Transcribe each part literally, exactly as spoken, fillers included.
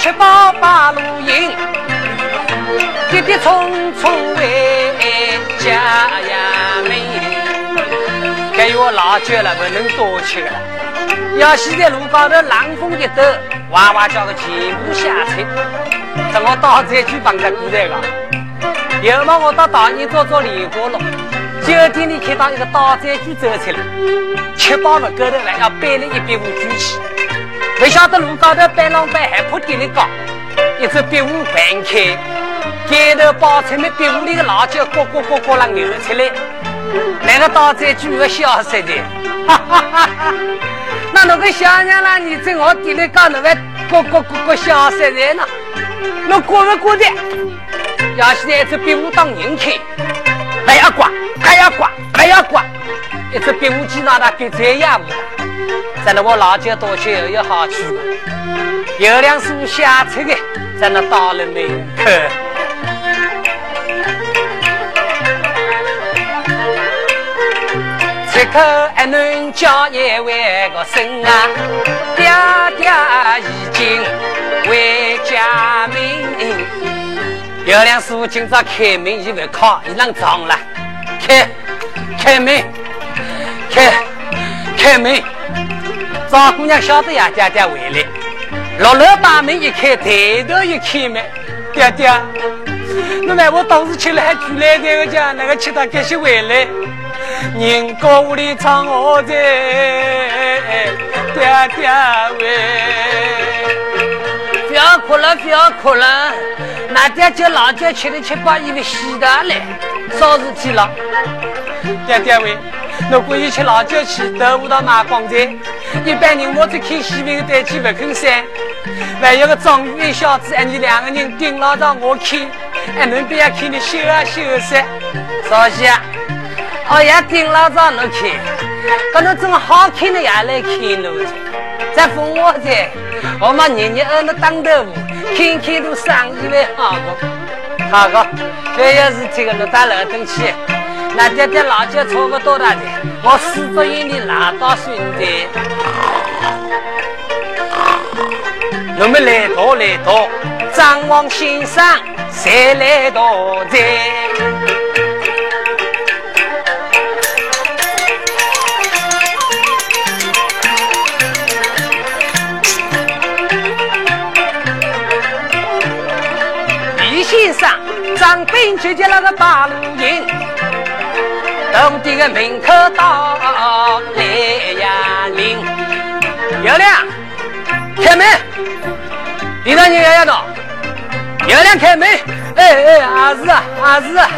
七宝八路营，跌跌冲冲回家呀门。该我老久了，不能多吃了。要是在路高头冷风一抖，娃娃叫个全部下车。等我到这去帮他顾这个。有嘛我到大年做做礼活了，酒店里看到一个刀仔锯走出来，吃饱了高头还要背了一笔壶举起。不晓得路高头白浪白还破地里高，一只壁壶盘开，盖头包出来，壁壶里的老酒咕咕咕咕啷流出来。那个刀仔锯个笑死的，哈哈哈哈！那那个小娘啦，你在我地里高，那还咕咕咕咕笑死人呢？那过不过的？要是在一只壁壶当人看，还要刮，还要刮，还要刮，一只壁壶机拿它给这样不？在那我老家多学有好处，有辆树下车的，在那到了门口。这口还能叫一位个声啊，爹爹已经回家门。有辆树今朝开门以为靠一辆撞了，开开门，开开门。赵姑娘晓得呀，爹爹回来，落楼把门一开，抬头一开门，爹爹，那么我当时起来还出来这个家，那个吃他开始回来。人高屋里唱我在爹爹喂，不要哭了，不要哭了，那爹叫老爹吃了吃饱，以为洗的嘞，啥事体了？爹爹喂，如果一吃老爹吃，豆腐到买光在，一般人我只看西面的带起不肯散，还有个张玉小子，俺你两个人盯牢着我看，还能不要看你羞啊羞死？啥事啊？哦呀，盯牢着侬看，可能这么好看的也来看侬去。再封我的，我们年年二那当豆腐，看看都生意来好个，好个。这要是这个侬打楼登去，那爹爹老家差不多大的，我四十一年拿到孙的。侬们来到来到，张王先生谁来到这？先生，张兵就接那个八路营，等这个门口到来呀铃，有亮开门，李大人要要到，有亮开门，哎哎，阿是啊阿是啊，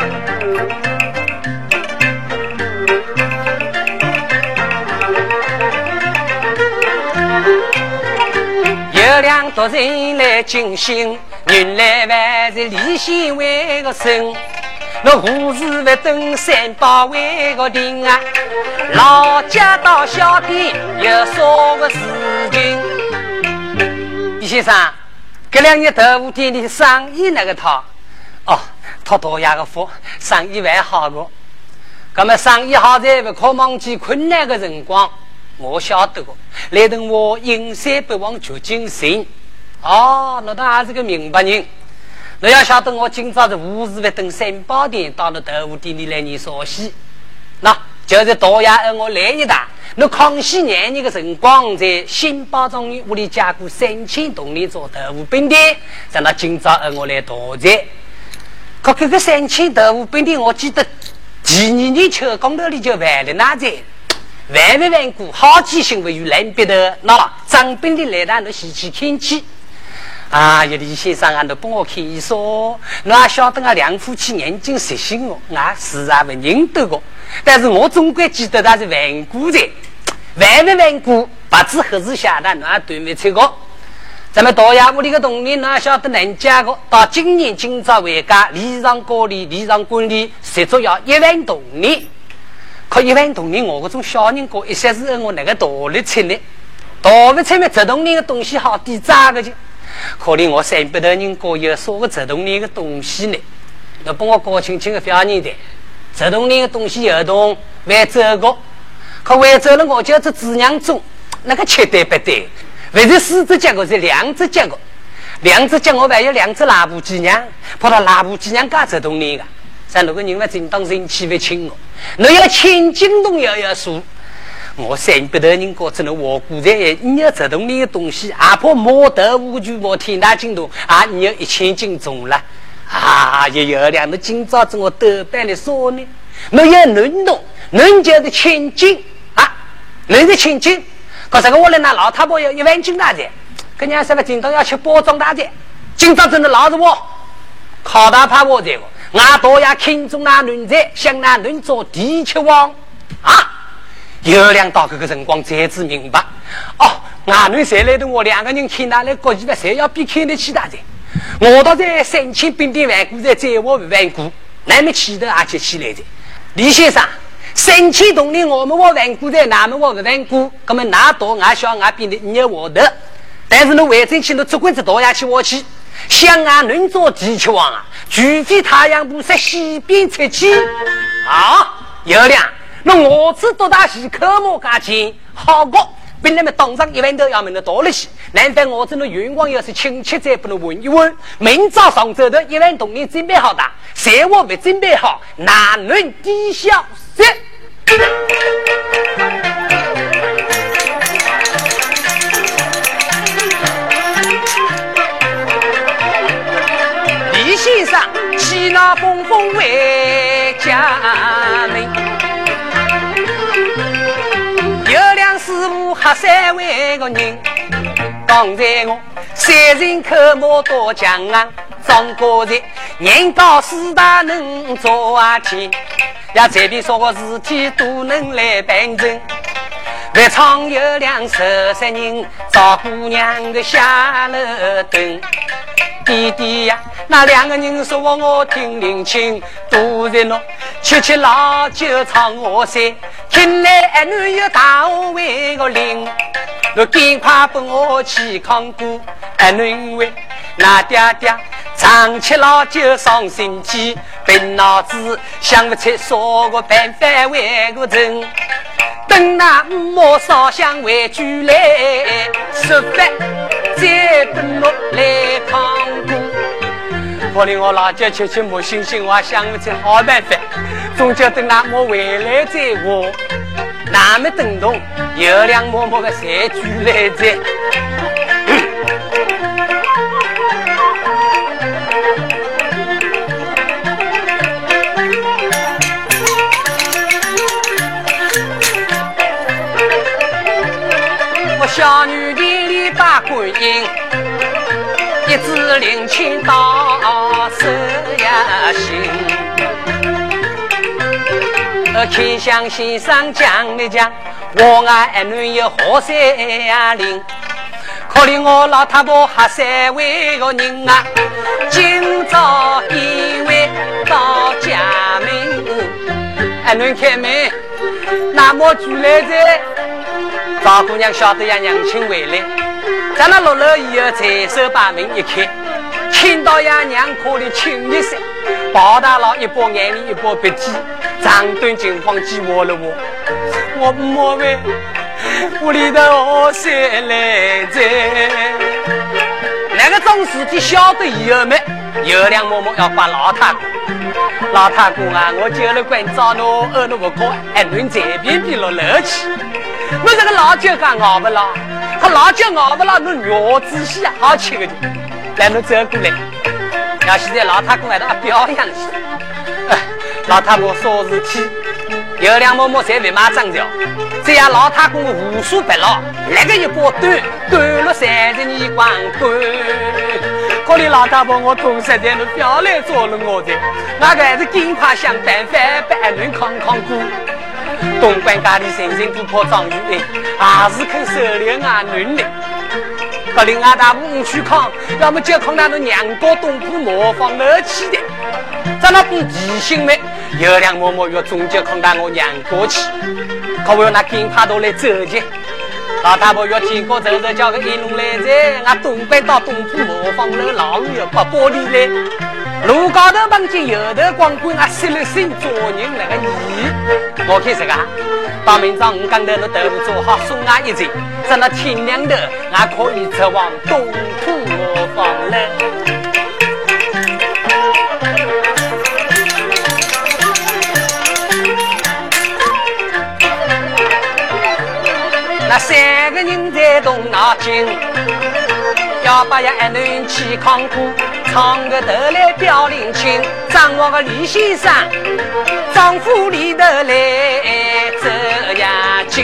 有亮多人来惊醒。原来还是李先为个生，那胡子不登三宝为个定啊，老家到小店有啥个事情？李先生，这两年豆腐店里生意那个套，哦，他多压个福，生意还好个。那么生意好在不可忘记困难的辰光，我晓得个，来等我阴山不忘求精神。哦，那他还是个明白人。你要晓得，我今朝是无事不等三宝店到了豆腐店里来，你说戏，那就是多呀，而我来一打。那康熙年年的辰光，在新包庄园屋里加过三千多年做豆腐饼店，在那今朝而我来夺在。可这个三千豆腐饼店，我记得第二年秋光头里就完了那在。万万万古好记性不与难别的，那张兵的来让你细细看起。啊，有李先生啊，你帮我看一说，我也晓得啊，两夫妻眼睛实心哦，啊是啊，不认得个，但是我总归记得他是顽固的，万万顽固，不知何时下的，那对没错个。咱们大衙屋里个同仁，哪晓得能家个？到今年今朝回家，礼上高里，礼上官里，实足要一万铜年。可一万铜年，我这种小人过一些是我那个大力出来，大力出来，这铜年的东西好抵砸个去。可怜我三百多人过有说个这铜年的东西呢，要帮我搞清清的表现的。这铜年的东西有动会走个，可会走了我就这子娘中那个七对不对？不是四只脚个，是两只脚个。 两只叫我还有两只拉布鸡娘，跑到拉布鸡娘家这动你个，三六个人们真当人气为亲我，你要千斤重要要数。我三百多人过只能我估计你要这动你的东西，阿婆莫得无惧莫天大惊动啊！你要一千斤重了啊！也有两个今朝子我得办的说呢，没有能动，能叫的千斤啊，能的千斤。可是个我来拿老太婆要一万斤大钱，跟人家说个今朝要吃包装大钱，今朝真的老子我考大怕我这个，俺都要看中那人才，向那人做地球王啊！有两到这个辰光才知明白哦，俺们谁来的我两个人看哪来国际的谁要比看得起大钱？我倒在三千兵丁万股在在我万股，那么起的而且起来的。李先生，三千多年我们我万股在，那么我万股，那么拿多俺小俺变的你我的，但是呢为正去呢只管子倒下去我去，像俺能做地球王啊，除非太阳不在西边出去啊，有两。那我知道大西科目加钱好过本来么当上一万多要么的多了些，难道我这个愿望要是亲戚再不能问一问，明早上走的一万多年准备好的，谁我没准备好，哪能低消息？李先生气那风风为家门。师傅黑三位个人，刚才我三人科目多讲啊，张国才年到四大能做啊天，也这边说个事体都能来办成。外场有两十三人，赵姑娘的下了灯。弟弟呀，那两个人说我我听灵清，都在喏吃吃老酒唱我噻，听来儿女有大我为个灵，我赶快帮我去看过儿女为那爹爹常吃老酒伤身体，笨脑子想不出说个办法为个人。等那莫烧香为主来，吃饭再等我来看过。我令我老家吃吃莫星星，我想不出好办法，总叫等那莫回来再话。那么等动有两默默的才主来着。小女的里把观音，一支灵清到手呀行。呃，看向先生讲的讲，我爱儿女有好三呀灵，可怜我老太婆还三位个人啊，今朝一位到家门，儿女开门，那么出来的。赵姑娘晓得呀，娘亲回来，在那落楼以后，才手把门一开，听到呀娘可怜亲一声，包大佬一把眼泪一把鼻涕，长短情况记我了我，我不莫为屋里的好些来着。那个种事体晓得以后没，有两嬷嬷要把老太公，老太公啊，我就了关照侬，二侬不高，哎，侬这边边落楼去。我这个老酒干熬不了，他老酒熬不了，侬肉仔细啊，好吃个的。来，侬走过来，要现在老太公还在表扬去。哎，老太婆说事体，有两嬷嬷才会马张条，这样老太公无数白老，那个一把端端了三十年光棍。可怜老太婆，我总实在侬不要来做了我的，那个还是尽快想办法把人康康过。东关家里神神都破状元的，还是肯收留俺女的。可另外大部去看，要么就看那个娘高东铺模仿乐器的，在那边提醒me，有两嬷嬷要终究看到我娘过去，可我要那金帕都来走去。老太婆要听过走走叫个一路来着，俺东关到东铺模仿楼老远要把玻璃来。 路高头碰见有的光棍啊，失了心做人那个你，我看这个，当明早五更头的豆腐做好，送俺一阵，在那天亮头，俺可以直往东土方了。那三个人在动脑筋，要把呀一暖气扛过，唱个头来表灵亲，掌握个李先生，丈夫里头来这样紧，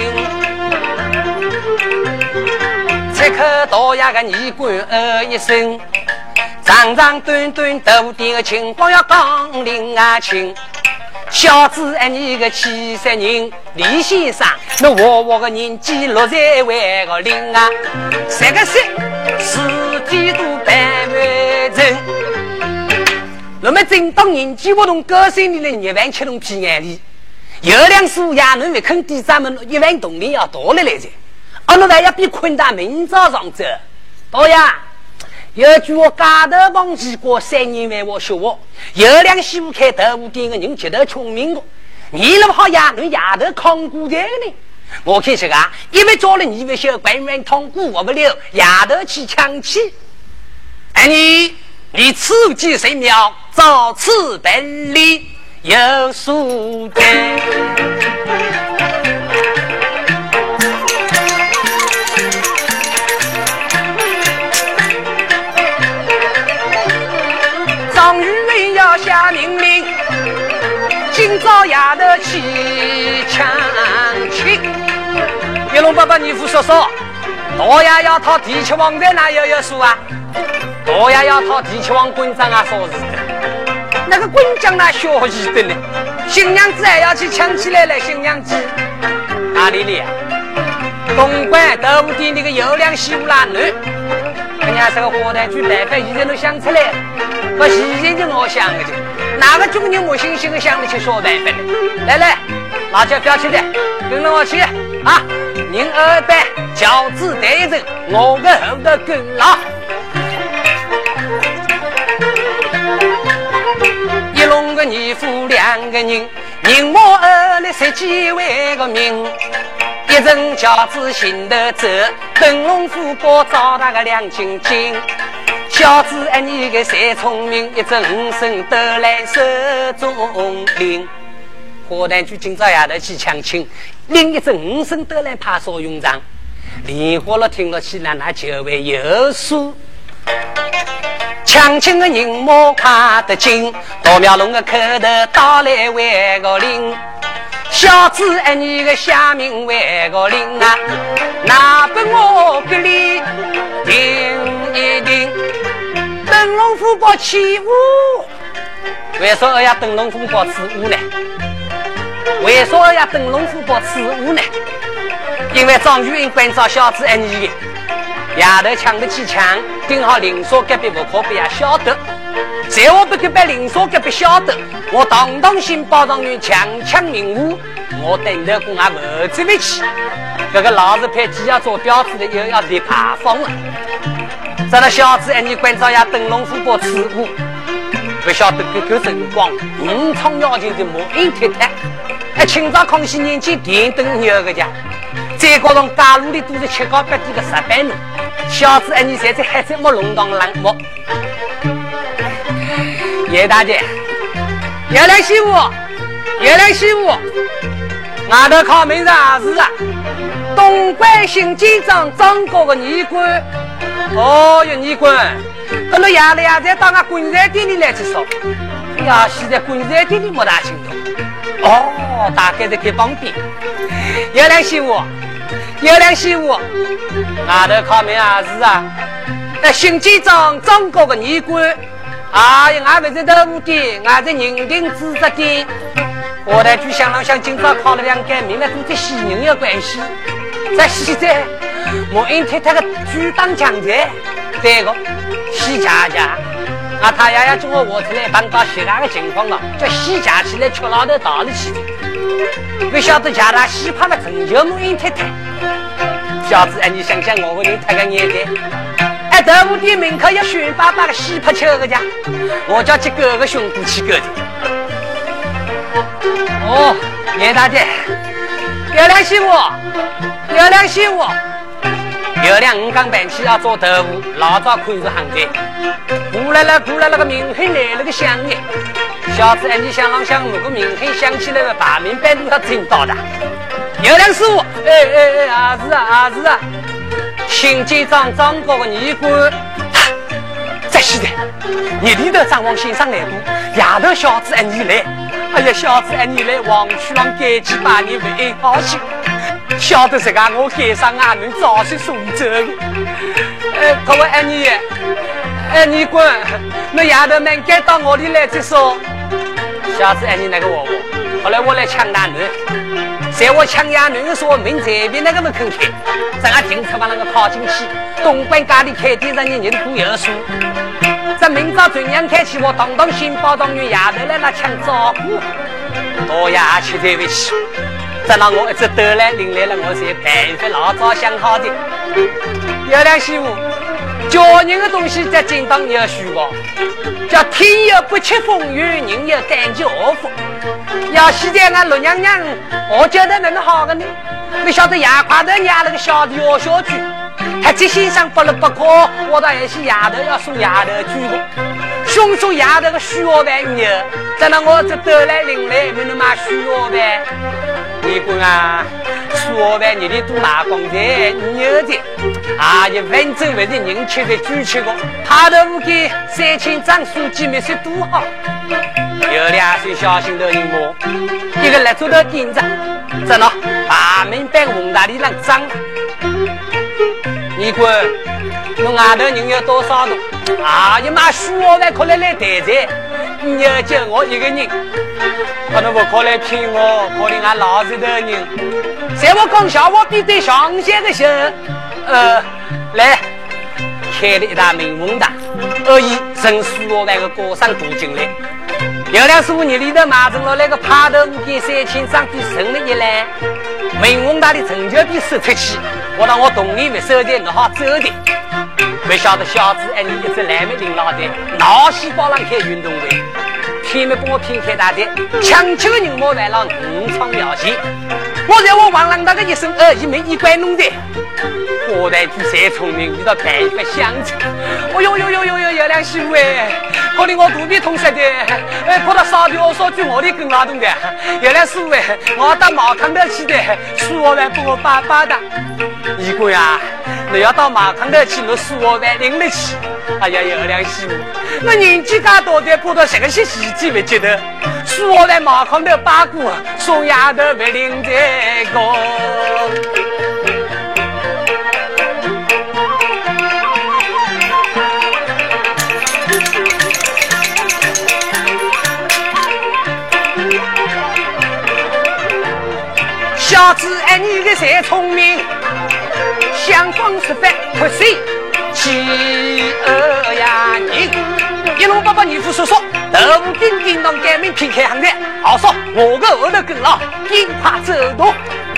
此刻大呀个女官呃一声，长长短短头顶的情况要讲灵啊亲。小子哎，你个七十人，李先生，那我我个年纪六十为个零啊，三个十，四季度半完成。那么正当年纪不同歌声里的一万七龙皮眼里，有两数亚能为肯地咱们一万动力要多了来着，而那还要比昆大明早上走，导呀。有句我家头忘记过三年为我学我，有两西屋开豆腐店的人觉得聪明过，你那么好呀，你丫头抗过这个呢？我看这个啊，因为做了你们小官员通过我不了，丫头去抢气。哎你，你此计神妙，照此本领有数的。下命令，今朝丫头去抢亲。一龙爸爸，你父说说，大爷要讨地七王在哪有有数啊？大爷要讨地七王官长啊，说是的。那个官长那小气的呢？新娘子还要去抢起来了，新娘子哪里里啊？东莞豆腐店那个有两西乌拉女。人家这个火台剧办法，现在都想出来了。不，现在就我想的去，哪个中年我星星的想得去说办法的？来来，辣椒标起来，跟着我去啊！您二班饺子带一阵，我个后头跟牢。一龙个女夫两个人，人我二来十几位个名。一阵饺子行得走，灯笼虎包找那个亮晶晶。小子哎，你个谁聪明？一阵五声得来手中铃。火炭局今朝丫头去抢亲，另一阵五声得来怕所用场。莲花了听了起来，那就为有数。抢亲的人莫看得紧，大庙龙的口头打来为个铃。小子哎，你个下命为个铃啊，那本我给你听一听。灯笼虎包起舞，为啥要灯笼虎包起舞呢？为啥要灯笼虎包起舞呢？因为张玉英关照小子哎，你丫头抢得起枪，顶好邻所隔壁不可不要晓得。在我不给把邻所隔壁晓得，我堂堂新报状元强抢民物，我等着公啊不这么起。这个老子派几要做标志的，又要得爬风了。这个小子哎，你关照呀灯笼虎包吃物，不晓得这个辰光，五常要求的莫因太太。哎，清朝康熙年间电灯有个家，再高上大陆里都是七高八低的石板路。小子哎，你现在还在没龙当冷漠。叶大姐，月亮媳妇，月亮媳妇，俺的考门上也是啊。东莞新京长张国的女官，哦哟，女官，那么夜了呀，在到俺棺材店里来去说。呀，现在棺材店里没大清楚。哦，大概在开旁边。月亮媳妇，月亮媳妇，俺的考门也是啊。那新京长张国的女官。哎呀，俺不是豆腐店，俺在宁定制作店。我来就想了想，今朝考了两个名了，都在西人有关系。在西在，我因太太个主当强在，这个西家家，啊，他爷爷叫我活出来碰到其他的情况了，叫西家起来吃老头倒了去的。不晓得家他西怕了成就我因太太。小子哎，你想想我个人太个眼的。 哎，豆腐店门口要选爸爸个洗拍球个家，我叫几哥哥兄弟去哥的。哦，叶大姐，月亮媳妇，月亮媳妇，月亮五刚搬起要做豆腐，老早看着行的，过来了过来了个名片来了个香耶。小子，哎，你想啷想？如果名片想起来了，把名片都要听到的。月亮师傅，哎哎哎，儿子啊儿子啊，新街长张哥个尼姑。在西的，你里头张望先生来过，丫头小子哎你来，哎呀小子哎你来，王区郎赶紧把你为好心，晓得这个我街上啊能早些送走。哎，各位哎你，哎你滚，那丫头们该到我里来再说。小子哎你那个我我，后来我来抢男人，在我抢丫女的时候，门这边那个门肯开，在俺停车把那个靠进去，东莞咖喱开店让你人多有数。在明早准阳开起，我当当新报当女丫头来那抢照顾，多呀去对不起，再让我一直得来领来了，我是办法老早想好的。月亮媳妇，教人的东西在正当你要学过，叫天有不测风雨，人有感觉恶风。要现在俺陆娘娘，我觉得能好的呢。你晓得牙块头压了个小的要小猪，还这先生不了不可，我倒也是丫头要送丫头猪的，送送丫头个虚号饭牛，再让我这得来领来，没能买虚号饭。你滚啊！虚号饭你的都买光的，牛的啊！一分钟为的人吃的猪吃过，他都不给三千张书记没说多好。有两岁小心的人么？一个来做到顶着，在那大门板红大里上长。你滚！我外头人有多少多？啊！一买虚号饭可来来抬抬，你要叫我一个人，可能不可来骗我，可能俺老实的人。在我讲笑话比对上线的时候，呃，来开了一大门门大，而已从虚号饭的锅上渡进来。有两师傅，你里头买成了那个帕头五件三千张比省了一来，门文大的成就比收出去，我让我同意为收的我好走的。没晓得小子哎，你一直来没领老的，脑细胞上开运动会，偏没帮我偏开大的，强求人莫来了五场表现。我在我王浪大个一声二一门一关弄的，我台句才聪明，遇到办法相处。哦呦呦呦呦呦，有两媳妇哎，可能我肚皮痛死的，哎，跑到烧掉烧句我的更拉动的。有两师傅哎，我到马坑头去的，输我来帮我爸爸的。一个呀，你要到马坑头去，我输我来领得起。哎呀，有两媳妇，我年纪大多的，跑到这个些细节没觉得，输我来马坑头八股，送丫头没领这个。小子哎，你个才聪明，想方设法不谁欺二呀人。一龙爸爸你夫说说，豆腐叮叮当改名偏开行的，好说我个后头跟了，紧怕走动。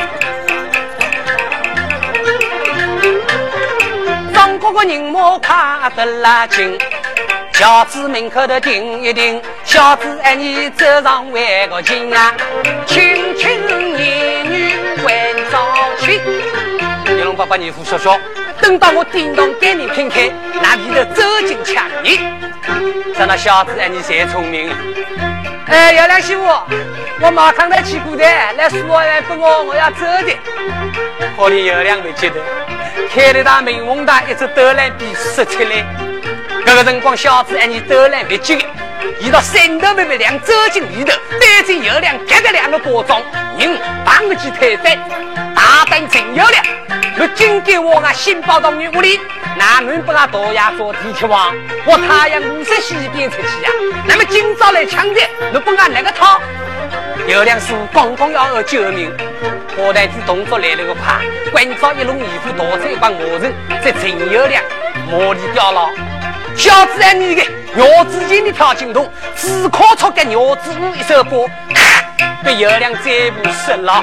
张哥哥人莫看得拉近，小子门口的停一停，小子哎你走上外个近啊，轻轻言语关照情。一龙爸爸你夫说说，等到我叮当给你拼开，那里头走进抢你。这那小子哎你才聪明。哎，有两媳妇，我马上来去过的，来说来给我，我要走的。可能有两位觉得，开了大门红大，一直得来比说出来。这个辰光小子哎你得来没劲，一到三头微微两走进里头，对着有两这个两个包装，人绑起腿翻，大胆真有两。我今给我啊新报到女屋里，男人不让多呀做地铁王，我太阳五十西边出去呀。那么今早来抢的，你不按那个套。有两师傅刚刚要救命，我台句动作来了个快，关照一笼衣服躲在一帮魔人，这真有两魔力掉了。小子哎你个鸟子间的跳进洞，只靠出个鸟子舞一首歌，被有两这步死了。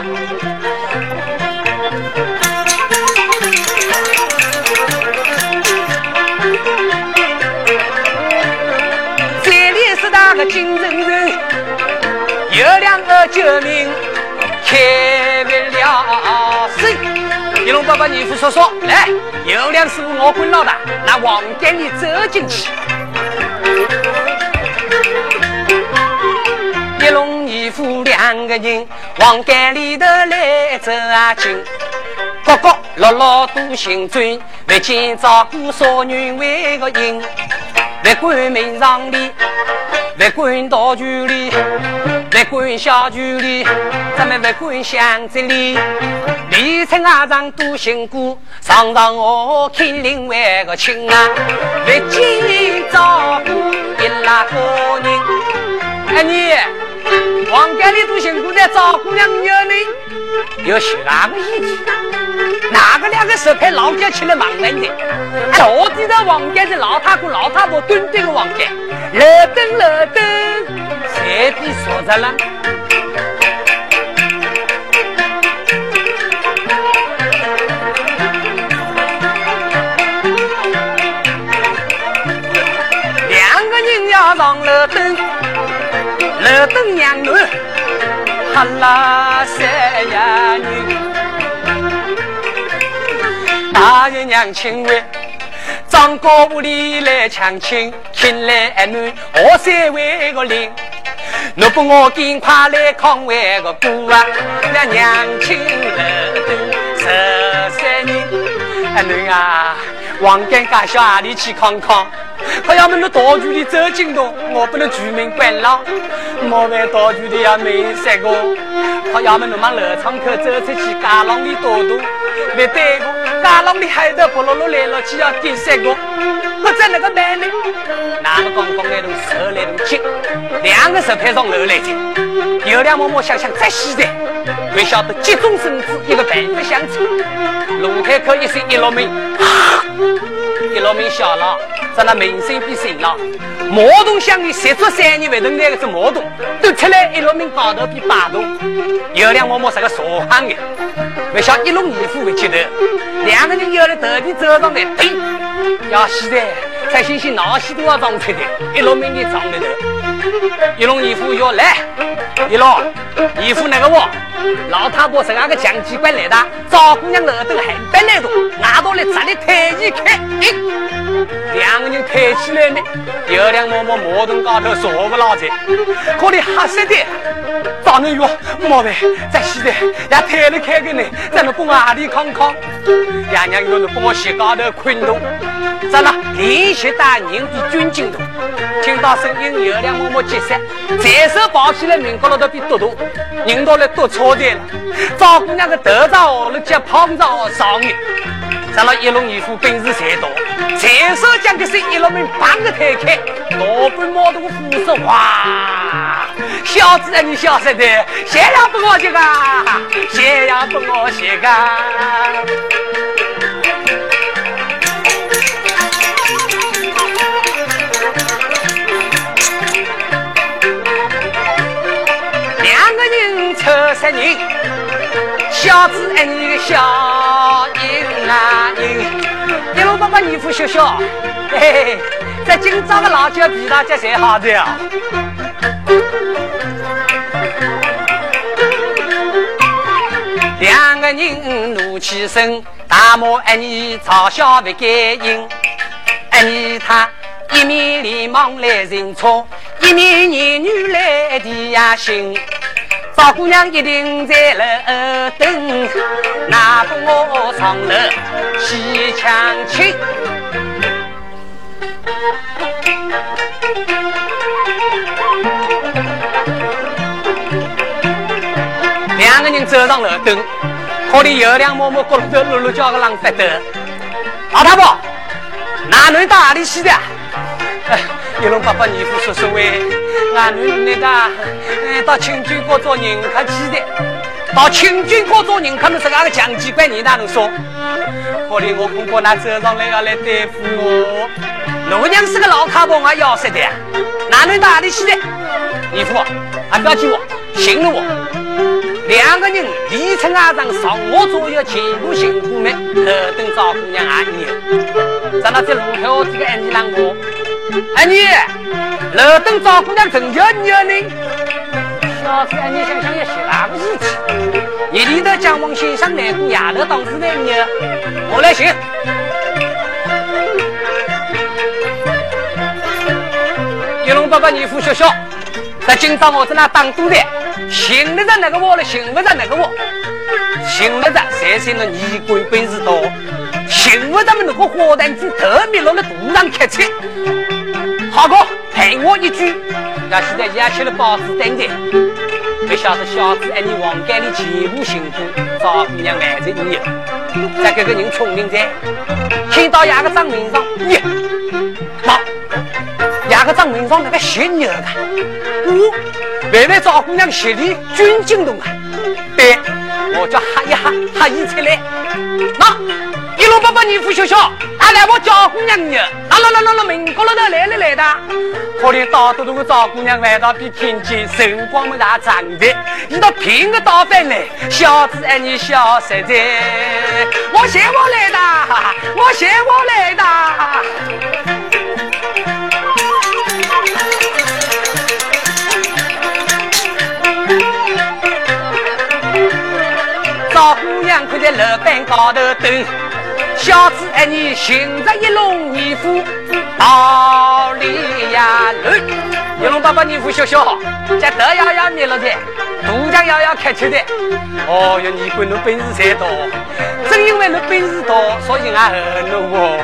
个金人人，有两个救命开不了身。一龙爸爸，你父说说，来，有两师傅我滚老大，那王干你走进去。一龙一虎两个人往干里头来走啊进，个个落落都行尊，为见照顾少女为个人，为管民上里，为管大局里，为管小局里，咱们为管乡子里，里城阿丈都辛苦，常常我看另外个亲啊，为见照顾一拉个人。哎你王家里都辛苦在赵姑娘有你有十二个意见，哪个两个手牌老家起来忙人的？到底的王家是老太婆老太婆蹲蹲的王家，热灯热灯，谁比说着了？两个人要上热灯。热灯娘女，哈拉三呀女，大人娘亲为张高屋里来抢亲，亲来儿女我三位个灵，若不我赶快来康为个姑啊，那娘亲热灯十三年，儿女啊，王干家小阿里去看看。他要么那道具里走进洞，我不能居民管牢。莫问道具里要没三个，他要么那么楼窗口走出去，街廊里躲躲，没对过，街廊里海头不落落来了，只要点三个，我在那个办呢？那么刚刚那种手来种紧，两个手派上楼来着。有两默默想想再细的，会晓得急中生智，一个办法相处。龙开口一声一落命，一落命小了。在那民生比谁了？毛洞乡里十足三年为等那个是毛洞，都出来一路命高头比八洞。有两默默是个傻汉的，为啥一龙一虎为接头？两个人有了头皮走上来，对，要死的，才星星闹西都要撞出的，一路命你撞的头。一龙一虎要来，一龙一虎那个我，老太婆是那个强机关来的，赵姑娘耳朵很白来的，拿到来砸的太极开，两个人抬起来呢，有两默默毛洞高头坐不牢着，可你吓死的，早能哟，莫为在西的也抬了开个呢，在那帮阿里康康，两娘有人帮我斜高头困动，在那连续打人的军警动，听到声音有两默默接杀，这手跑起来民高头都比多多，人到来都错的了，赵姑娘的头上下了脚胖上上的。咱那一龙一虎本事才多，这手将个是一龙门半个推开，老本毛头虎手哇！小子啊，你小声的，谁要不我这个？谁要不我这个？两个人凑十人，小子啊，你个小人啊人，一路爸爸你夫笑笑，嘿嘿，在今朝的辣椒比大家才好的啊。两个人怒气声，大漠儿女嘲笑不感应，儿女他一面连忙来认错，一面言语来提呀心。赵姑娘一定在楼等，拿不我上楼西墙亲。两个人走上楼等，可里有两默默咕噜噜噜叫个浪费的。老太婆，哪能到哪里去的？一龙爸爸你夫说说喂，俺们那个嗯到清军国做人客去的，到清军国做人客那是那个强机关，你哪能说？可怜我公公那走上来要来对付我，老娘是个老太婆，我要死的，哪能到哪里去的？你夫还不要急我，信了我。两个人离城阿上上我左右前路辛苦们，头等赵姑娘阿姨，在那在路口这个安妮让我。儿女， 老等赵姑娘成就女人，小子你想想也是哪个事情？你里头将往先生来过夜头当时的女，我来行。一龙爸爸你夫小小，在今朝我在那当督的，行得着那个窝了，行不着那个窝，行得着谁谁的你滚本事多，行不着们那个火蛋子特别落了肚上开车。好哥陪我一句，那现在压起了包子等的，不晓得小子按你王家里前路幸福，赵姑娘瞒着你，再给个人聪明在，听到压个账面上，你妈。压个账面上那个血女的，我为为赵姑娘血里军进动啊！对，我就哈一哈哈一出来，那一路爸爸你夫小小，他来我赵姑娘呢，那那那那那民国了都来了来的，可怜大多多赵姑娘外到比天见神光么大长的，你到平个倒翻来，小子爱你小实在，我嫌我来的，我嫌我来的。赵姑娘可在楼板高头等，小子爱你行着一龙二虎道理呀乱，一龙爸爸你夫小小，这头摇摇捏了的，肚腔摇摇开出的。哦哟，你管侬本事才多，正因为侬本事多，所以俺恨侬哦。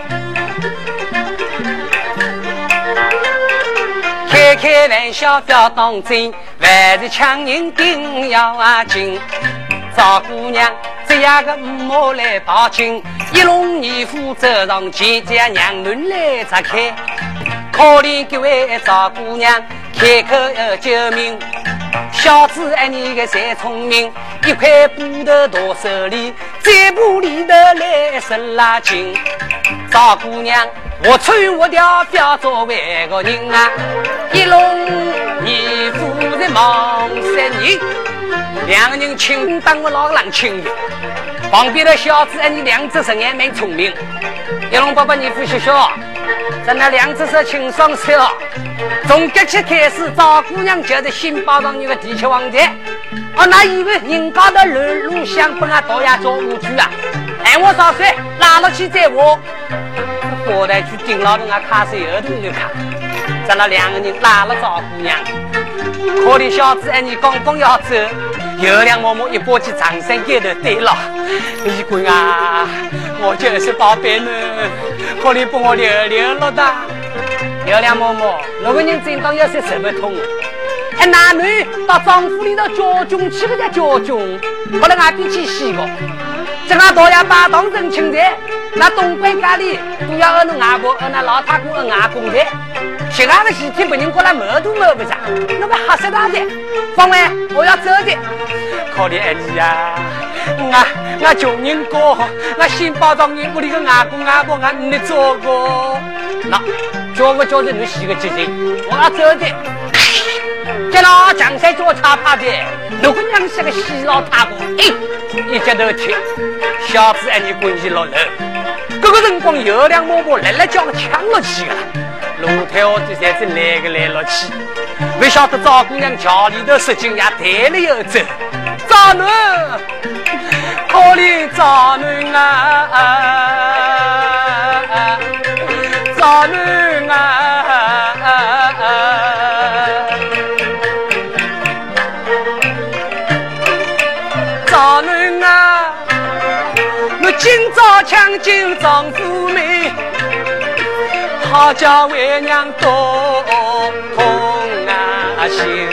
开开玩笑不要当真，万事强人定要啊紧。赵姑娘这样个母来报警，一龙二虎走上前，这样娘轮来砸开。可怜各位赵姑娘开口要救命，小子爱你个才聪明，一块布头大手里，在布里头来手拉紧。赵姑娘我穿我条不要作为个人啊，一龙二虎在忙三人。两个人亲当我老郎亲的，旁边的小子按你两只手也蛮聪明。一龙爸爸你夫小小，在那两只手轻双手，从这期开始，赵姑娘就是新包上女的地球王者。哦，那以为人高的路路相本啊，倒呀做舞剧啊，哎我少岁拉了去再我，过来去顶老人啊，卡水儿童就卡，在那两个人拉了赵姑娘。可怜小子，哎，你刚刚要走，有两嬷嬷一把起长身给的对了，你滚啊！我就是宝贝呢，可怜把我留留了的。有两嬷嬷，那个人真当要是什么痛？哎，男女到丈夫里头叫穷去个叫叫穷，后来俺比起洗个，这俺倒要把当成亲的，那东北家里都要二侬外婆，二那老太公，二外公的。其他的事情别人过来摸都摸不着，那个吓死他的。方外我要走的，可怜你呀！我我穷人家，我新包装你屋里个外公外婆，俺没做过。那叫我叫着你洗个几人，我要走的。这老江山叫我查怕的，如果娘是个细老太婆，哎，一接头去，小子爱你滚起落楼。这个辰光有两嬷嬷来来叫我抢了起了。路台我这才是来个来了去，不晓得赵姑娘桥里头十斤也抬了又走，赵奴，可怜赵奴啊，赵奴啊，赵奴啊，我今朝抢救丈夫妹。好叫为娘多痛啊心，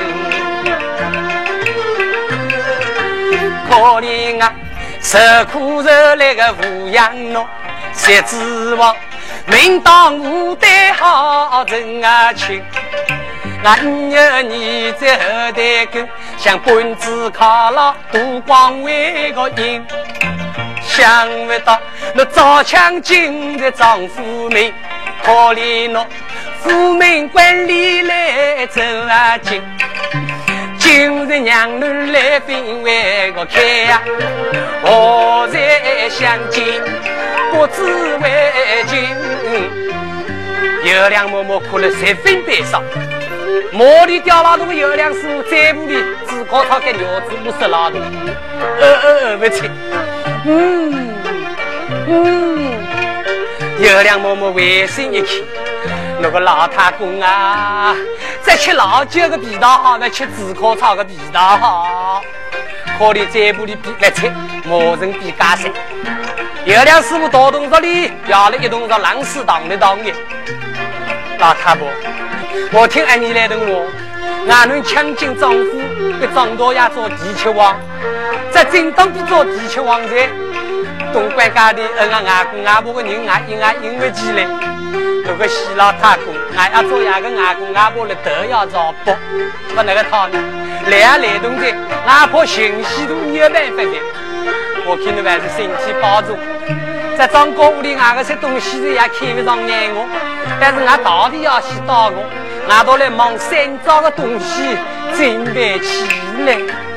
可怜啊受苦受来个抚养侬，谁指望明当无对好人啊亲。俺有你在后台沟，像本子靠牢渡光为个人，想不到那早抢进的丈夫命。可怜侬府门管理来走啊进，今日娘奴来宾为个开呀，何在相见不知为情， 月亮嬷嬷哭了十分悲伤。磨里掉老洞，月亮师傅在屋里只靠他给鸟子五十老洞，呃呃呃不切，嗯嗯，月亮嬷嬷微声一气，那个老太公啊，再吃老酒个味道好，再吃紫烤草个味道好，可怜在屋里比来吃，没人比家谁。月亮师傅到洞这里要了一桶上狼屎当的当的，老太婆。我听俺你来等我，俺能抢进丈夫给张多亚做地球王，在正当比做地球王在东关家的恩啊外公外婆个人啊因啊因为起来，那个西老太公俺要做呀个外公外婆的都要找不，不那个套呢，来啊来动的，外婆信息都没有办法的，我看你还是身体保重。在张哥屋里，俺个些东西也看不上眼我，但是俺到底要去到我，俺都来忙三招个东西准备起来。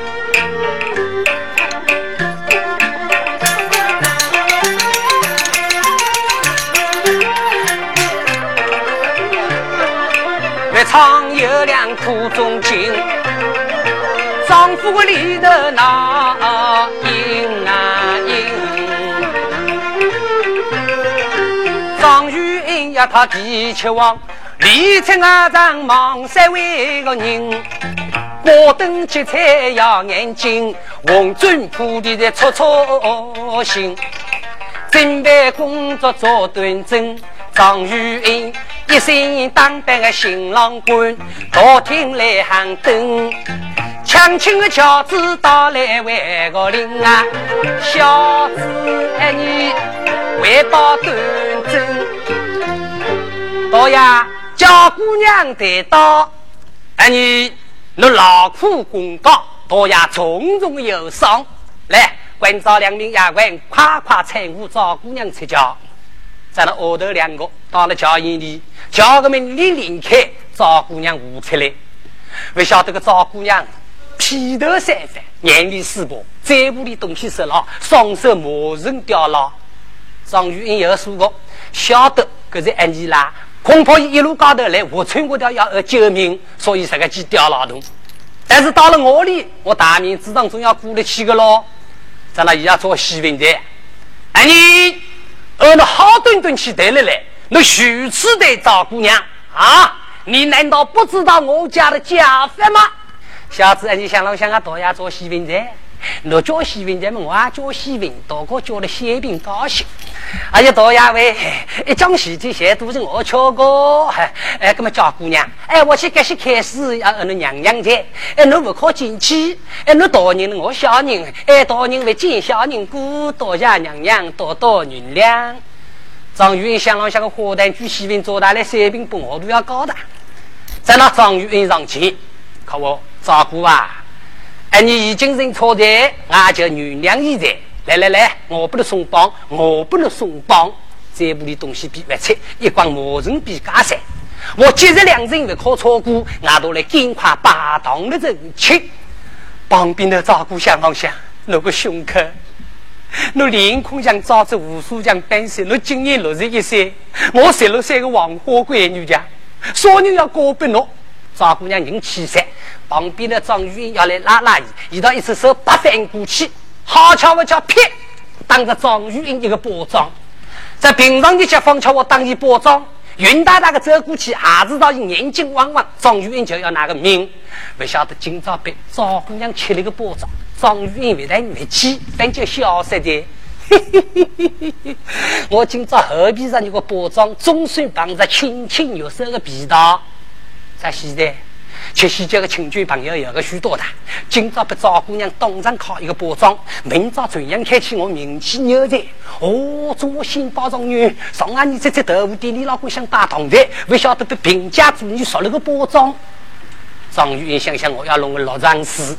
越唱月亮苦中情，丈夫里的那应啊应。张玉英呀，他地球王，李成阿张忙三位个人，过灯七彩要眼睛，红砖铺地的搓搓心，准备工作做端正。张玉英一身当扮个新郎官，大厅来喊灯，强亲的乔子到来为个领啊，小子哎你为保端正，到呀叫姑娘得到，哎你那劳苦功高，到呀种种有赏，来关照两名衙官夸夸参悟赵姑娘出教。在那后头两个到了教院里，叫他们连连开赵姑娘舞出来。不晓得个赵姑娘披头散发，眼里湿薄，在屋里东西拾了，双手没人掉了。张玉英有说过，晓得可是安吉拉，恐怕一路高头来，我穿过条要救命，所以才个去掉老洞。但是到了我里，我大明知道总要顾得起个咯，在那也要做西文的。哎你。而那好顿顿起得了来，那许次的赵姑娘啊，你难道不知道我家的家法吗？小子，你想老想啊，多呀做西文在，那做西文在嘛，我做西文，多个做了西饼高兴。而且多呀喂，一讲西这些都是我吃过，哎，那么赵姑娘，哎，我去开始开始要那娘娘在，哎，你不可进去，哎，你大人我小人，哎，大人为见小人故，多谢娘娘多多原谅。张玉英想了想个花旦剧西文做大来水平不我都要高的，在那张玉英上前，可我照顾啊，哎，你已经认错的，俺就原谅你的。来来来，我不能松绑，我不能松绑。这屋里东西比外切，一光魔人比家散。我今日两人不可错过，俺都来尽快霸道的人情。旁边的照顾想方想，那个胸口，那脸孔像照着无数像本身，那今年六十一岁，我十六岁个黄花闺女家，所有要过不侬。赵姑娘人气噻，旁边的张玉英要来拉拉伊，伊到一只手八翻过去。好巧不巧，撇当着张玉英一个包装，在平常的街坊瞧我当一包装，云大大的走过去，还知道眼睛汪汪，张玉英就要拿个命，不晓得今朝被赵姑娘吃了一个包装，张玉英为来没气，反正消失的。我今朝何必让你个包装，总算帮着轻轻有手个皮道，在现在。吃西街的亲眷朋友有个许多的，今朝被赵姑娘当场烤一个包装，明朝怎样开启我名气牛在哦，做我新包装女，上岸你在这豆腐店里老公想打堂的，不晓得被评价主你说了个包装。张玉英想想我要弄个老张氏。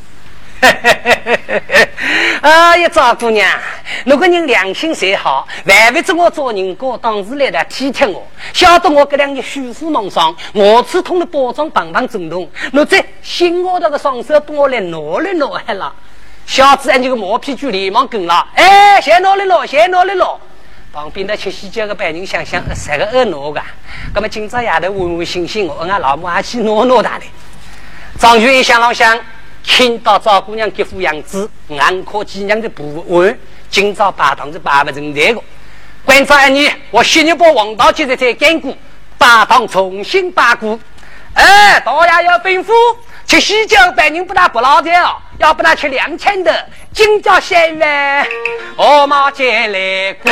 哎呀，赵姑娘，如果人良心谁好，还为着我做人过，当时来的体贴我，晓得我这两日虚浮梦想，我只通了包装棒棒震动，我这心窝头的双手帮我来挪来挪还了。小子，俺这个毛皮就连忙跟了，哎，先挪来挪，先挪来挪。 旁边的吃喜酒个白人想想，三个二挪个，那么今朝夜头温温馨馨，我俺老母还去挪挪他的。张玉一想老想，听到赵姑娘这副样子，眼可几娘的不稳，今朝八堂是八不成这个。关照你，我新一波王道接着在干股，八堂重新八股。哎，大家要吩咐，吃喜酒白人不打不老的哦，要不然吃两千的，今朝先来，我马接来过。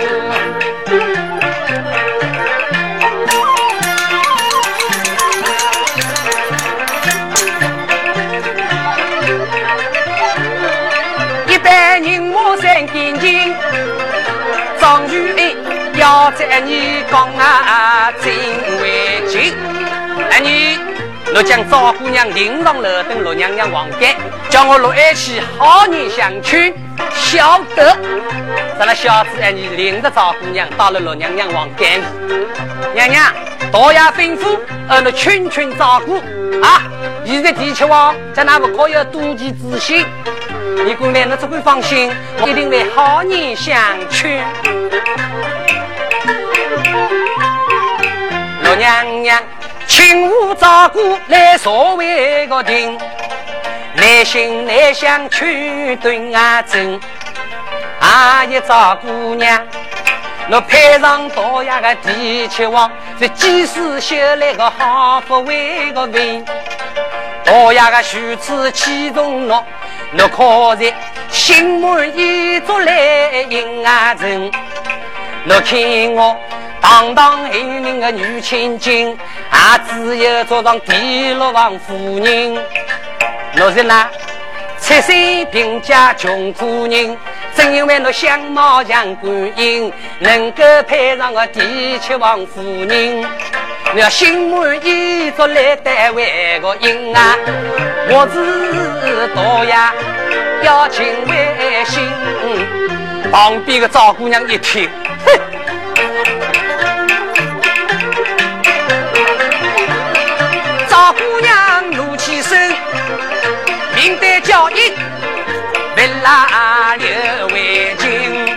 一般人我三斤斤，张玉要在你讲啊真为紧。哎你，我将赵姑娘领上楼等罗娘娘王干，叫我罗爱妻好人相劝，晓得。咱那小子哎，你领着赵姑娘到了罗娘娘王干，娘娘多呀吩咐，呃，那群群照顾啊。现在的确话，在那不可以妒忌之心。你姑娘，那这会放心，我一定为好人相劝。罗娘娘。请勿照顾来所谓个定，内心内想去对啊真。啊一赵姑娘，我配上多呀个地气王，这几时修来个好不为个命？多呀个许次其中喏，我可在心满意足来应啊真。我看我。堂堂一名的女千金，啊，只有做上第六王夫人。我是那出身贫家穷苦人，正因为我相貌像观音，能够配上个第七王夫人。我要心满意足来单位个因啊，我知道呀，要情为心。旁边个赵姑娘一听，哼。赵姑娘怒气声，明代教义为拉刘为经。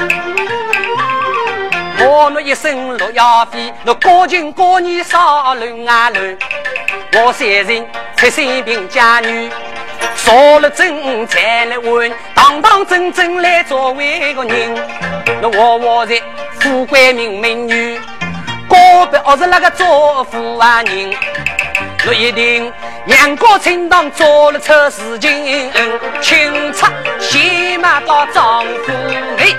我那一声落要飞，那过境过年少乱啊乱。我三人出身贫家女，说了真才来问，堂堂正正来作为个人。那我我在富贵名美女，个别我是那个做富啊人。我一定两个清当做了错事情，清楚起码到丈夫内。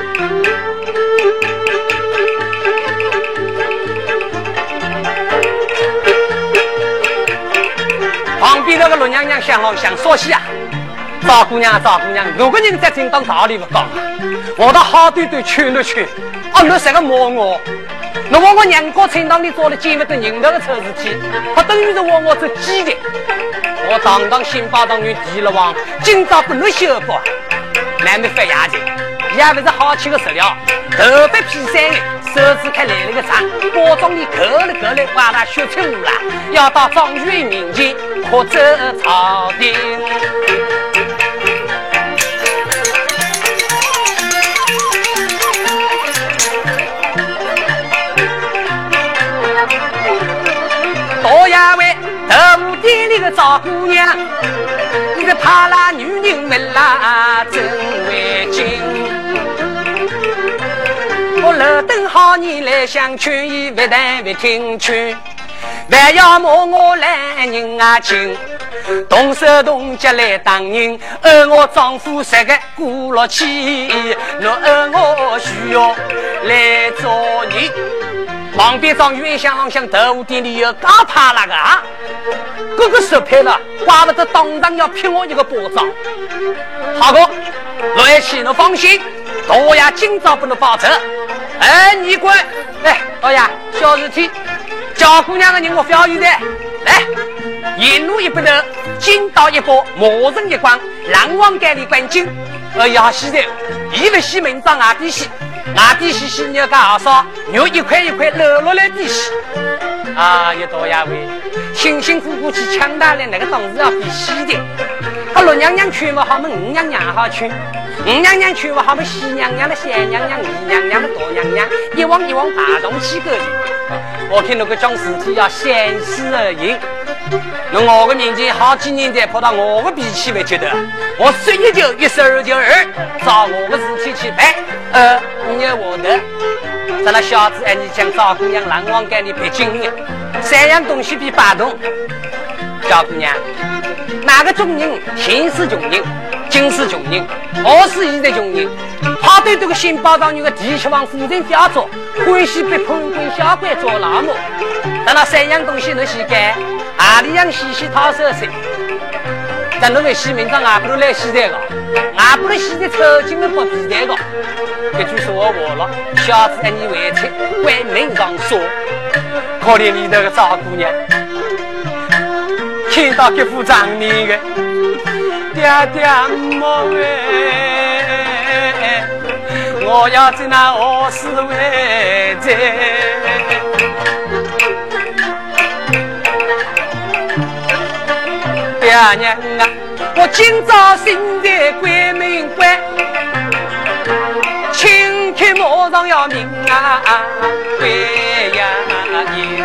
旁边那个罗娘娘想了想说些啊，赵姑娘赵姑娘，如果人在正当道理不讲，我倒好对对劝了劝，哦，你是个摸我。那我我两个清当里做了见不得人头的错事情，他等于是我我这鸡的，我当当新八当女提了王，今朝不能修补，难没发牙子，也不是好吃的食料，头发披散的，手指开来了个长，包装里扣了扣了，把他血出了，要到张玉面前或者朝廷。多呀喂，头店里的赵姑娘，你个怕那女人们啦真为精。我楼等好你来相劝，伊不但不听劝，还要骂我来人啊亲，动手动脚来打人，而我丈夫是个过了气，若而我需要来做你。旁边张玉想想头店里有搞怕那个啊，哥哥失败了，怪不得当场要骗我一个巴掌。好个，罗爱妻侬放心，多呀今朝不能发愁。哎，你乖，哎，多呀小事体，叫姑娘的人我不要有的，来，一路一不头，金刀一把，马人一光，狼王街里关紧。呃呀，现在一不洗门长外地洗。外地洗洗牛干好少，牛一块一块落落来地洗。啊，有多呀喂，辛辛苦苦去抢大来那个当时要比洗的， 啊，六娘娘去嘛好么？五娘娘好去，五娘娘去嘛好么？西娘娘的仙娘娘、二娘娘的大娘娘，一往一往大动起个的。我看那个讲事体要现实而已。那我的面前好几年代跑到我的脾气为觉得，我说一就一，说二就二，照我的事体去办。呃，你我的，咱那小子哎，你讲赵姑娘狼王给你陪金的，三样东西比八动。赵姑娘，哪个穷人？前是穷人，今是穷人，我是现在穷人。他对这个新报道女的地气往夫人调做，欢喜被判官小官做老母。但那三样东西能洗干，阿里样洗洗掏手水。但侬为洗明朝阿不如来洗这个，阿不如洗的抽筋了不皮这个。这句说我我了，小子爱你为妻，为民上说，可怜你那个赵姑娘。看到这副长面的，爹爹莫哎，我要在那何时为在？爹娘啊，我今朝身在鬼门关，请看马上要命啊，鬼呀应。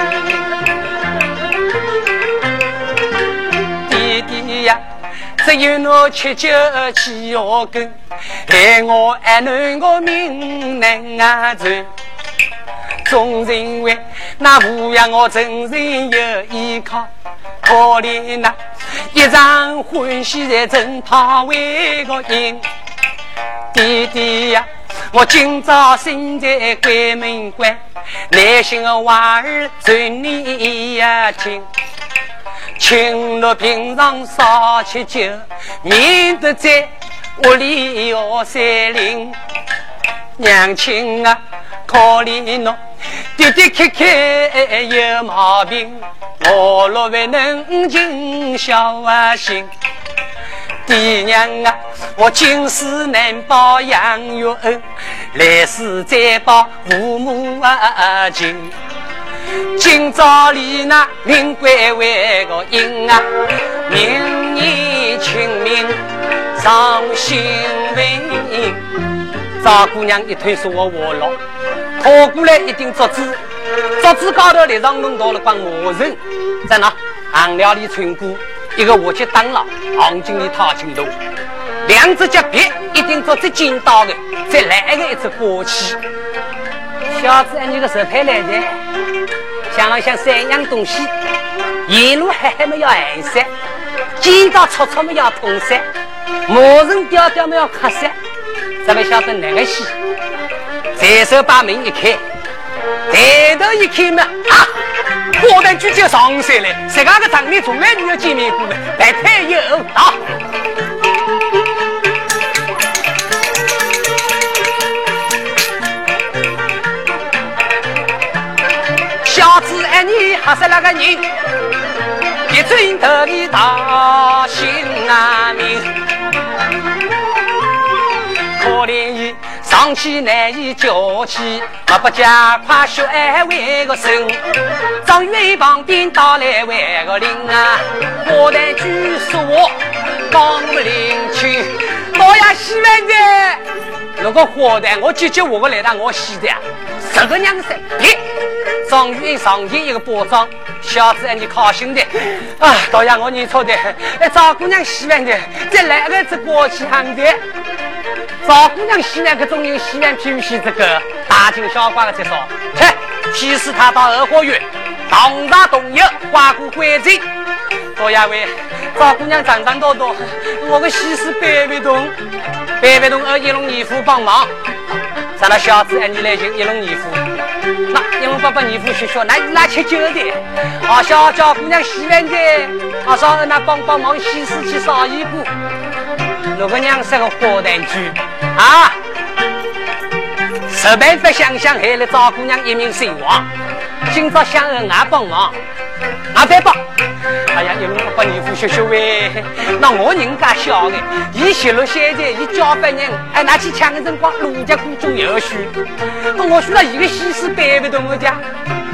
呀，只有我吃酒起药根，害我还能个命难啊存。总认为那抚养我真人有依靠，可怜那一场欢喜在真他为个因。弟弟呀，我今朝身在鬼门关，内心的娃儿随你呀听。请了平常少吃酒，免得在屋里要三零。娘亲啊，可怜喏，的的确确有毛病，我若未能尽孝心。爹娘啊，我今世难报养育恩，来世再报父母啊情。今朝里那命归为个因啊，明年清明上新闻。赵姑娘一推说我活了，拖过来一定桌子，桌子高头来上弄到了帮魔人，在那行料里穿过一个我去当了，行经里掏金头，两只脚别一定做只金刀的，再来一个一只过去。小子，你个手牌来的。想了想三样东西，一路还还没要暗杀，见到戳戳没要通杀，魔人吊吊没要磕杀，怎么晓得哪个戏？随手把门一开，抬头一看嘛，啊，火弹狙就上山了，这个个场面从来没有见面过的，来太有啊！小子爱你还是那个人，一尊头的大心难明。可怜你上气难以叫起，我不加快血爱为个生。张元旁边打来为个灵啊，我的据说我帮不领去，我呀希望的那个火弹，我姐姐我个来让我洗的，十个娘生别。张元上前一个包装，小子你高兴的啊！导演我认错的，哎，赵姑娘希望的，再来个这过去行的。赵姑娘希望这种人希望平息这个大惊小怪的介绍，切，其实他到二合院，当大动友，刮骨归贼。导演喂，赵姑娘长长多多，我个西施白不动，白不动，二一龙二夫帮忙。咱那小子按你来行一龙二夫。那因为爸爸你夫学学，那那吃酒的，啊，小叫姑娘洗完的，啊，稍后那帮帮忙洗尸去烧衣服。那个娘是个火弹局啊，实办法想想，害了赵姑娘一命身亡。今朝想恩俺帮忙，俺再帮。哎呀，一路爸爸你夫学学喂，那我人家小的，伊写了现在，伊教别人，哎，拿起枪的辰光，路家鼓中有许。那我说了一个西施背不动我家，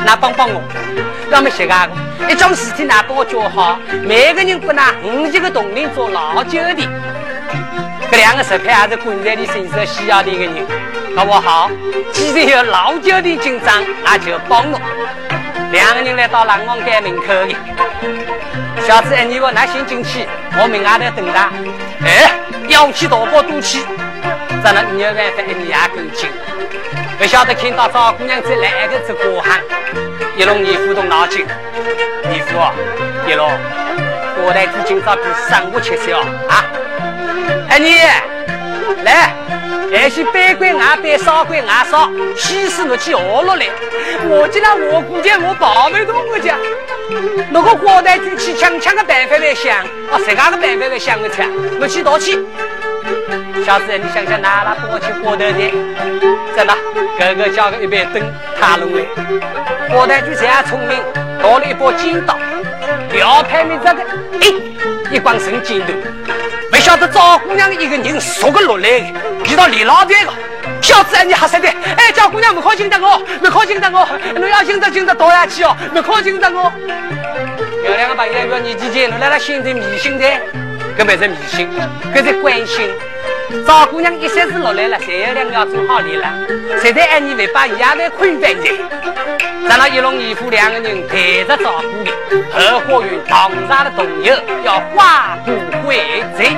那帮帮我，要么些个一桩事情那帮我做好，每个人不拿五十个铜铃做老酒的，这两个食品还是滚在你身上需要的一个人，好不好？既然有老酒的紧张，那就帮我。两个人来到狼王街门口的，小子，你我拿先进去，我们外头等他。哎，要去大包肚气，咱那没有办法，你也跟进。不晓得看到赵姑娘在来一个这过行，一龙二夫动脑筋。二夫，一龙，我来自今朝比上午吃宵啊！哎你，来，还是北关外北，少关外少，西施我去下落来。我今天我估计我保不动我家。如果国台举起强强的办法来想，啊，谁家的办法来想个出？我去多去。小子，你想想，哪拉帮我去火头的？真的，哥哥叫个一杯灯塔龙来。火台举这样聪明，拿了一把尖刀，撩开你这个，哎，一光神尖头。没晓得赵姑娘一个人说个落来的，遇到李老这个。小子，你吓死的！哎，赵姑娘不靠近的我，不靠近的我，你要紧着紧着倒下去哦，不靠近的我。有两个朋友说：“你之前你来了心里迷信的，根本是迷信，可是关心。赵姑娘一下子落来了，才有两个正好离了，谁在按你尾巴一样的困翻着。咱那一龙一虎两个人陪着赵姑娘，合伙与唐山的朋友要化骨归贼。”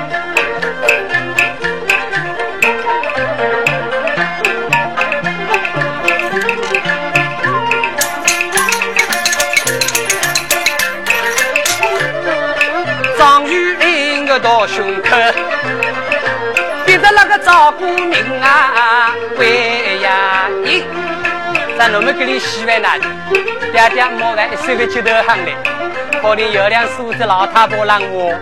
张玉林个大胸口，逼着那个赵姑娘啊，喂呀咦！咱我们给你洗完那里，爹爹莫来一手个接头行来，可怜有两叔子老太婆让我。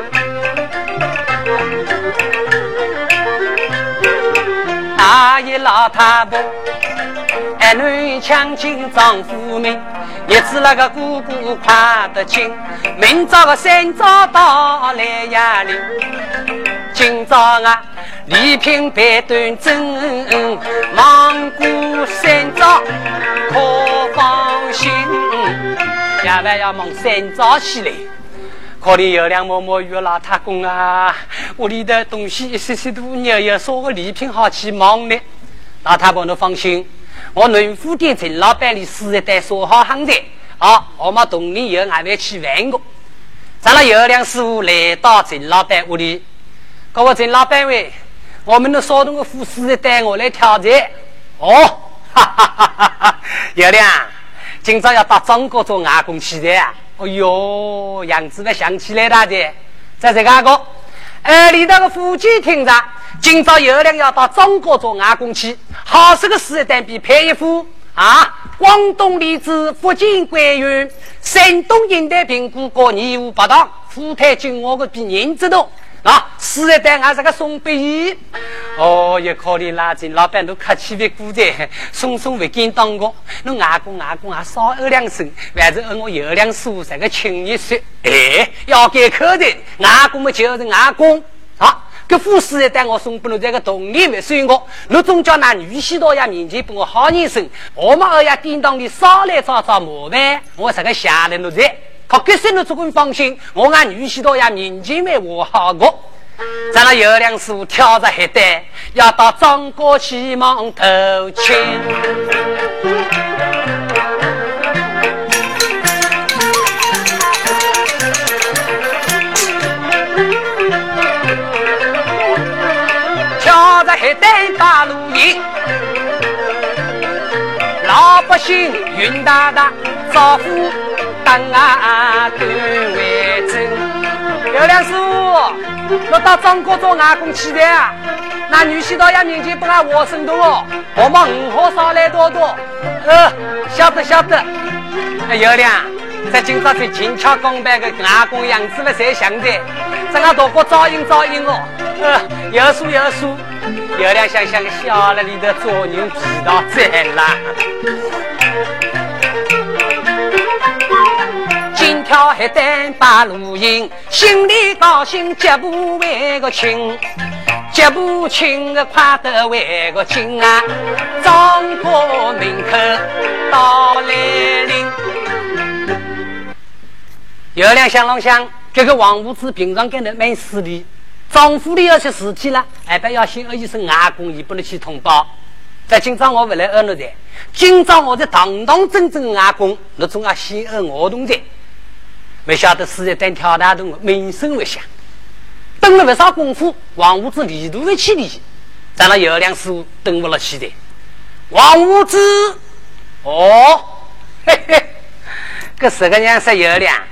那一老太婆，儿女抢进丈夫命。也知那个姑姑夸得紧，明朝个三朝到来呀哩，今朝啊礼品摆端正，忙过三朝可放心，夜晚要忙三朝起来。可怜有两嬷嬷与老太公啊，屋里的东西一些些都牛有烧个礼品好去忙呢。老太婆，你放心。我农夫店陈老板里四一代说好行的啊，我们同年以后还会去玩过。咱那有两师傅来到陈老板屋里，告我陈老板喂，我们的烧动的副四一代我来挑战。哦，哈哈哈哈哈！有两，今朝要到中国做外公去的啊！哎呦，样子不想起来大姐，在这个个，呃，里头个夫妻听着。今朝有两要到中国做外公去，好是个四单比配一副啊！广东荔枝、福建桂圆、山东银带苹果过义乌八档，富态金我个比人子多啊！四单还是个送给你哦，也可怜啦，这老板都客气的顾在，送送不见当过，侬外公外公还少二两声，还是我有两叔这个亲一说，哎，要给客人，外公嘛就是外公啊。个富士一带我送不能这个同理没算我，你总叫那女婿到呀面前帮我好人生，我们二呀叮当里少来找找麻烦，我这个下来了在，可可是你这个放心，我按女婿到呀面前为我好过。咱那有两师傅挑着黑带，要到张国去忙头亲。黑带大路迎，老百姓云大大，招呼当啊对为真。有两师傅，我到中国做外公去的啊，那女婿到呀面前不按我生动哦，我们五号少来多多。呃，晓得晓得。有两，在今朝最轻巧公办的外公样子了才像的，这个大哥照应照应哦。呃，有数有数。有两想想小了里的做人皮到在啦，金条黑单把路迎，心里高兴脚步为个亲， 脚步轻的快得为个紧啊，张过门口到来临。有两想龙想，这个王五子平常跟人没势力，丈夫的有些事情了，哎，不要先二一声外公，也不能去通报。在今朝我回来二奴才，今朝我在堂堂正正外公，那总要先二我同在。没晓得是在等跳大洞，名声为响。等了不少功夫，王五子离度的起离，咱那有两师傅等不了起的。王五子，哦，嘿嘿，这十个人是有两。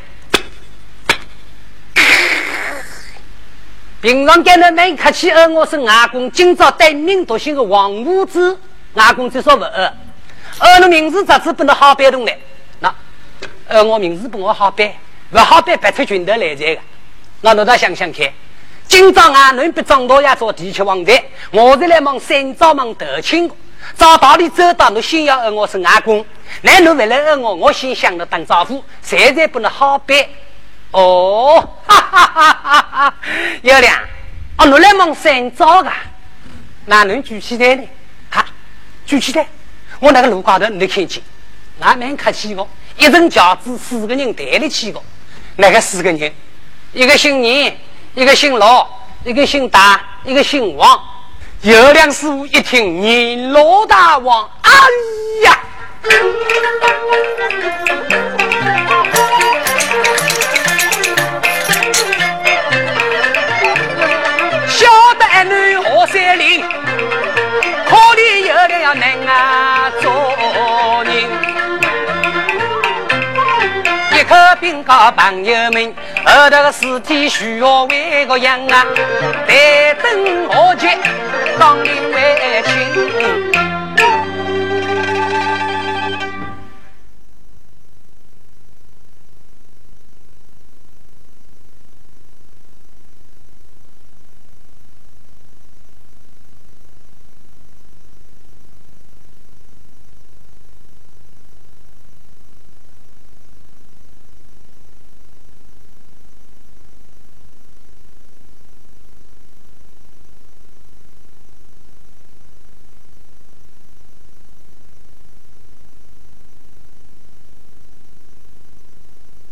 平常跟人没客气，而我是外公，今朝带名独行的王五子，外公就说不二，而那名字这次不能好别动的，那而我名字不我好别，不好别白出拳头来这个，那侬再想想看，今朝啊能被张大爷做地球王的，我这来忙三招忙得清，照道理走到侬先要而我是外公，那侬为了而我，我先想着当丈夫，实在不能好别。哦，哈哈哈哈哈！有两，哦，侬来忙三招个，哪能举起来呢？哈，举起来，我那个路高头你看见，俺蛮客气个，一阵轿子四个人抬得起个，那个四个人，一个姓倪，一个姓罗，一个姓大，一个姓王。有两师傅一听你罗大王，哎呀！晓得儿女何三零，可怜有两要能啊做人。一口饼告朋友们，后头个尸体需要为个样啊，待等何节当领为亲。